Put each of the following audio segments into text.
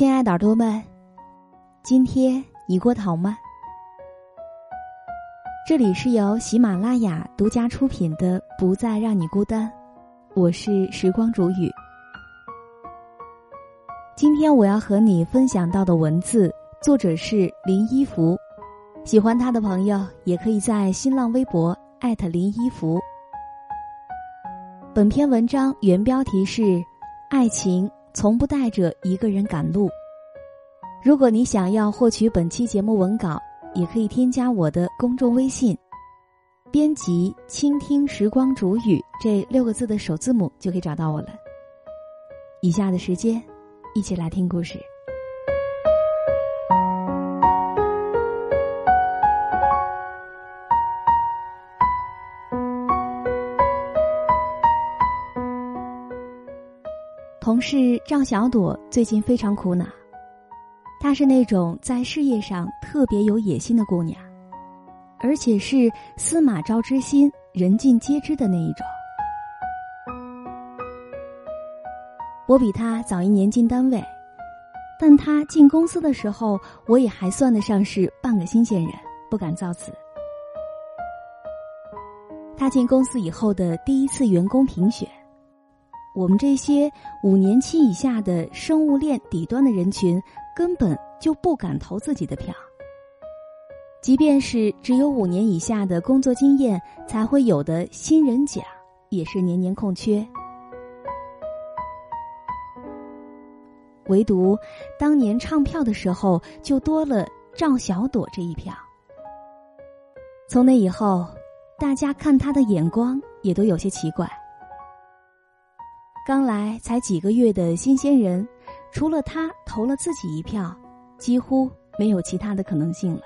亲爱的耳朵们，今天你过得好吗？这里是由喜马拉雅独家出品的《不再让你孤单》，我是时光煮雨。今天我要和你分享到的文字，作者是林一福。喜欢他的朋友也可以在新浪微博林一福。本篇文章原标题是爱情从不带着一个人赶路。如果你想要获取本期节目文稿，也可以添加我的公众微信，编辑倾听时光煮雨这6个字的首字母就可以找到我了。以下的时间一起来听故事。同事赵小朵最近非常苦恼，她是那种在事业上特别有野心的姑娘，而且是司马昭之心，人尽皆知的那一种。我比她早1年进单位，但她进公司的时候，我也还算得上是半个新鲜人，不敢造次。她进公司以后的第一次员工评选，我们这些5年期以下的生物链底端的人群根本就不敢投自己的票，即便是只有5年以下的工作经验才会有的新人奖，也是年年空缺。唯独当年唱票的时候就多了赵小朵这一票。从那以后，大家看她的眼光也都有些奇怪。刚来才几个月的新鲜人，除了他投了自己1票，几乎没有其他的可能性了。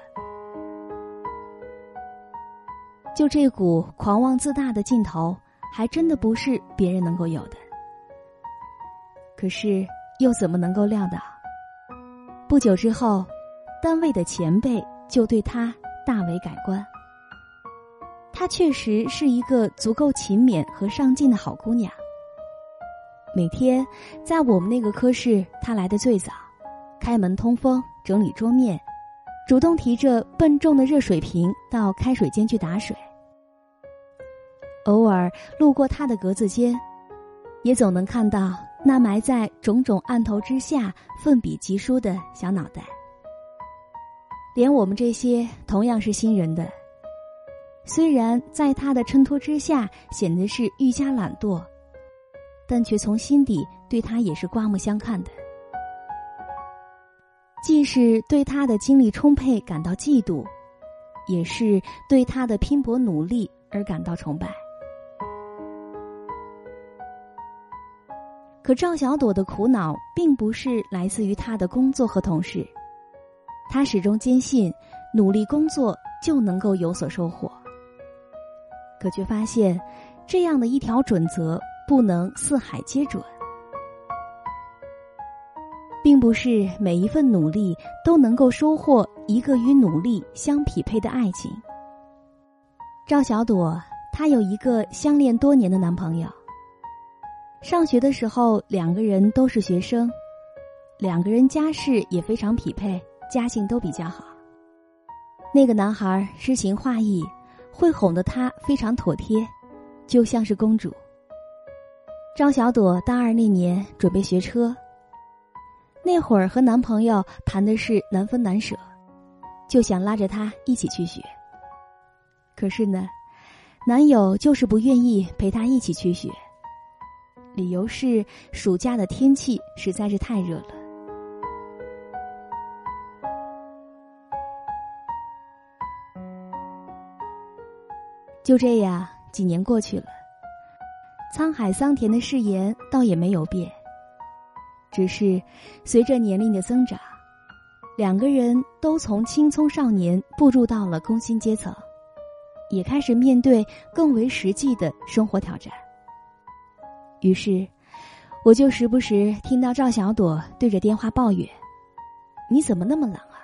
就这股狂妄自大的劲头，还真的不是别人能够有的。可是又怎么能够料到，不久之后，单位的前辈就对他大为改观。她确实是一个足够勤勉和上进的好姑娘。每天在我们那个科室，他来得最早，开门通风，整理桌面，主动提着笨重的热水瓶到开水间去打水。偶尔路过他的格子间，也总能看到那埋在种种案头之下奋笔疾书的小脑袋。连我们这些同样是新人的，虽然在他的衬托之下显得是愈加懒惰，但却从心底对他也是刮目相看的，既是对他的精力充沛感到嫉妒，也是对他的拼搏努力而感到崇拜。可赵小朵的苦恼并不是来自于他的工作和同事，他始终坚信努力工作就能够有所收获，可却发现这样的一条准则不能四海皆准，并不是每一份努力都能够收获一个与努力相匹配的爱情。赵小朵她有一个相恋多年的男朋友，上学的时候2个人都是学生，2个人家世也非常匹配，家境都比较好。那个男孩诗情画意，会哄得她非常妥帖，就像是公主。赵小朵大2那年准备学车，那会儿和男朋友谈的是难分难舍，就想拉着他一起去学。可是呢，男友就是不愿意陪她一起去学，理由是暑假的天气实在是太热了。就这样几年过去了，沧海桑田的誓言倒也没有变，只是随着年龄的增长，2个人都从青葱少年步入到了工薪阶层，也开始面对更为实际的生活挑战。于是我就时不时听到赵小朵对着电话抱怨，你怎么那么懒啊？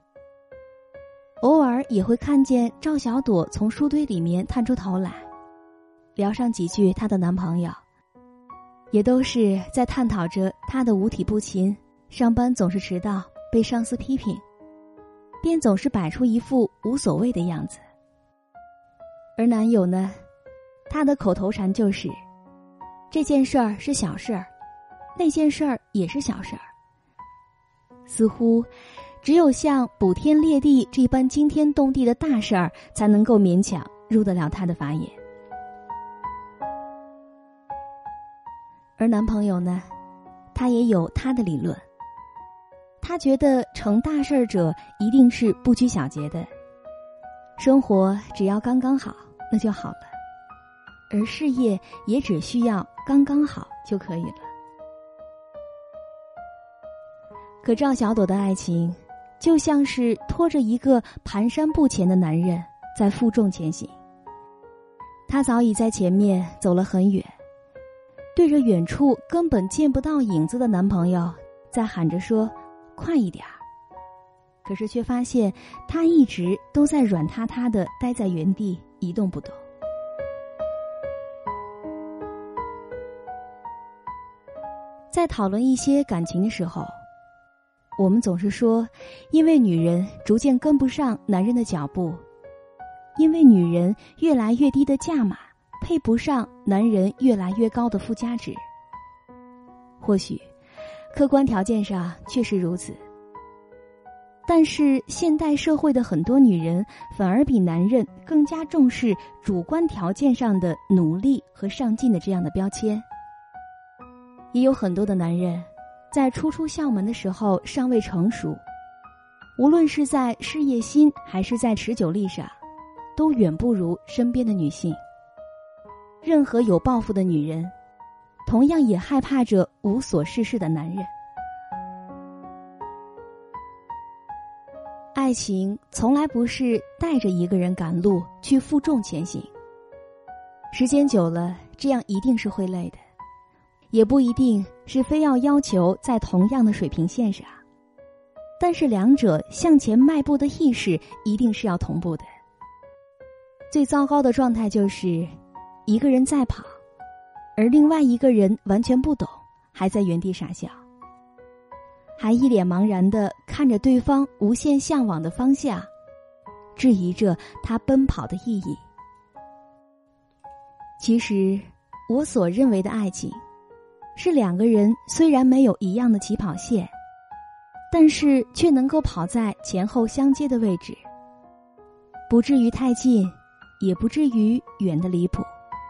偶尔也会看见赵小朵从书堆里面探出头来，聊上几句她的男朋友，也都是在探讨着她的五体不勤， 上班总是迟到，被上司批评，便总是摆出一副无所谓的样子。而男友呢，他的口头禅就是这件事儿是小事儿，那件事儿也是小事儿。似乎只有像补天裂地这般惊天动地的大事儿，才能够勉强入得了他的法眼。而男朋友呢，他也有他的理论。他觉得成大事者一定是不拘小节的，生活只要刚刚好，那就好了，而事业也只需要刚刚好就可以了。可赵小朵的爱情就像是拖着一个蹒跚不前的男人在负重前行，他早已在前面走了很远，对着远处根本见不到影子的男朋友在喊着说快一点儿，可是却发现他一直都在软塌塌地待在原地一动不动。在讨论一些感情的时候，我们总是说，因为女人逐渐跟不上男人的脚步，因为女人越来越低的价码配不上男人越来越高的附加值。或许客观条件上确实如此，但是现代社会的很多女人反而比男人更加重视主观条件上的努力和上进的这样的标签。也有很多的男人在初出校门的时候尚未成熟，无论是在事业心还是在持久力上，都远不如身边的女性。任何有抱负的女人，同样也害怕着无所事事的男人。爱情从来不是带着一个人赶路去负重前行，时间久了，这样一定是会累的，也不一定是非要求在同样的水平线上，但是两者向前迈步的意识一定是要同步的。最糟糕的状态就是一个人在跑，而另外一个人完全不懂，还在原地傻笑，还一脸茫然地看着对方无限向往的方向，质疑着他奔跑的意义。其实我所认为的爱情是两个人虽然没有一样的起跑线，但是却能够跑在前后相接的位置，不至于太近，也不至于远得离谱。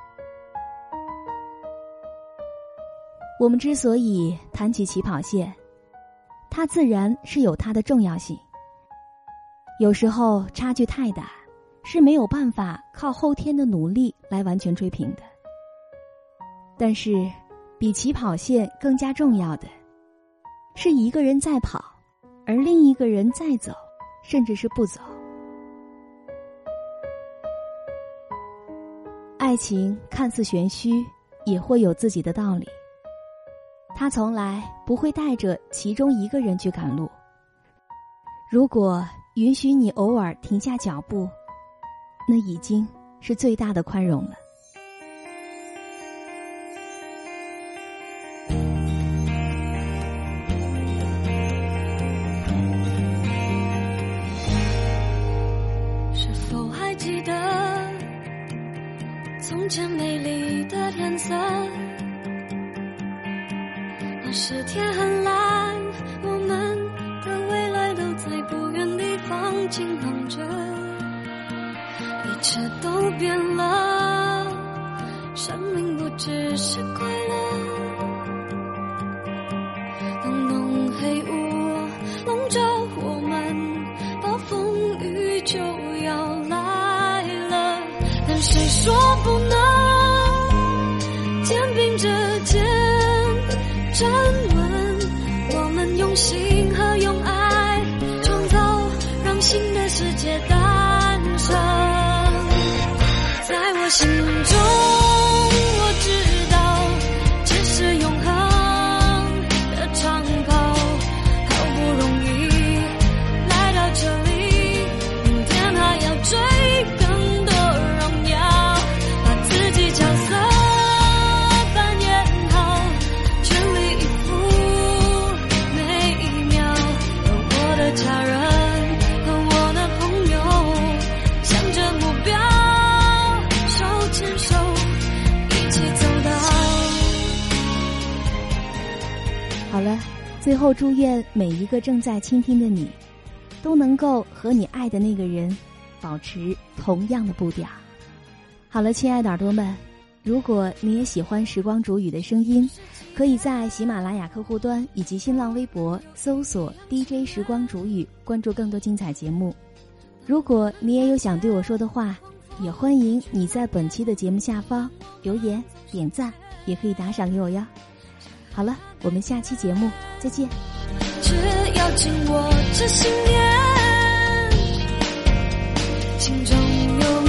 我们之所以谈起起跑线，它自然是有它的重要性。有时候差距太大，是没有办法靠后天的努力来完全追平的。但是比起跑线更加重要的是一个人在跑，而另一个人在走，甚至是不走。爱情看似玄虚，也会有自己的道理。他从来不会带着其中一个人去赶路。如果允许你偶尔停下脚步，那已经是最大的宽容了。 是否还记得从前美丽的天色？那时天很蓝，我们的未来都在不远地方晴朗着，一切都变了，生命不只是快乐。当浓黑雾笼罩我们，暴风雨就要来了，但谁说不能肩并着肩站稳？我们用心和用爱创造，让新的世界诞生。在我心中，我知道这是永恒的长跑，好不容易来到这里，明天还要追更多荣耀，把自己角色扮演好，全力以赴每好了，最后祝愿每一个正在倾听的你，都能够和你爱的那个人保持同样的步调。好了，亲爱的耳朵们，如果你也喜欢时光煮雨的声音，可以在喜马拉雅客户端以及新浪微博搜索 DJ 时光煮雨，关注更多精彩节目。如果你也有想对我说的话，也欢迎你在本期的节目下方留言点赞，也可以打赏给我哟。好了，我们下期节目再见。 只要紧握着信念，心中有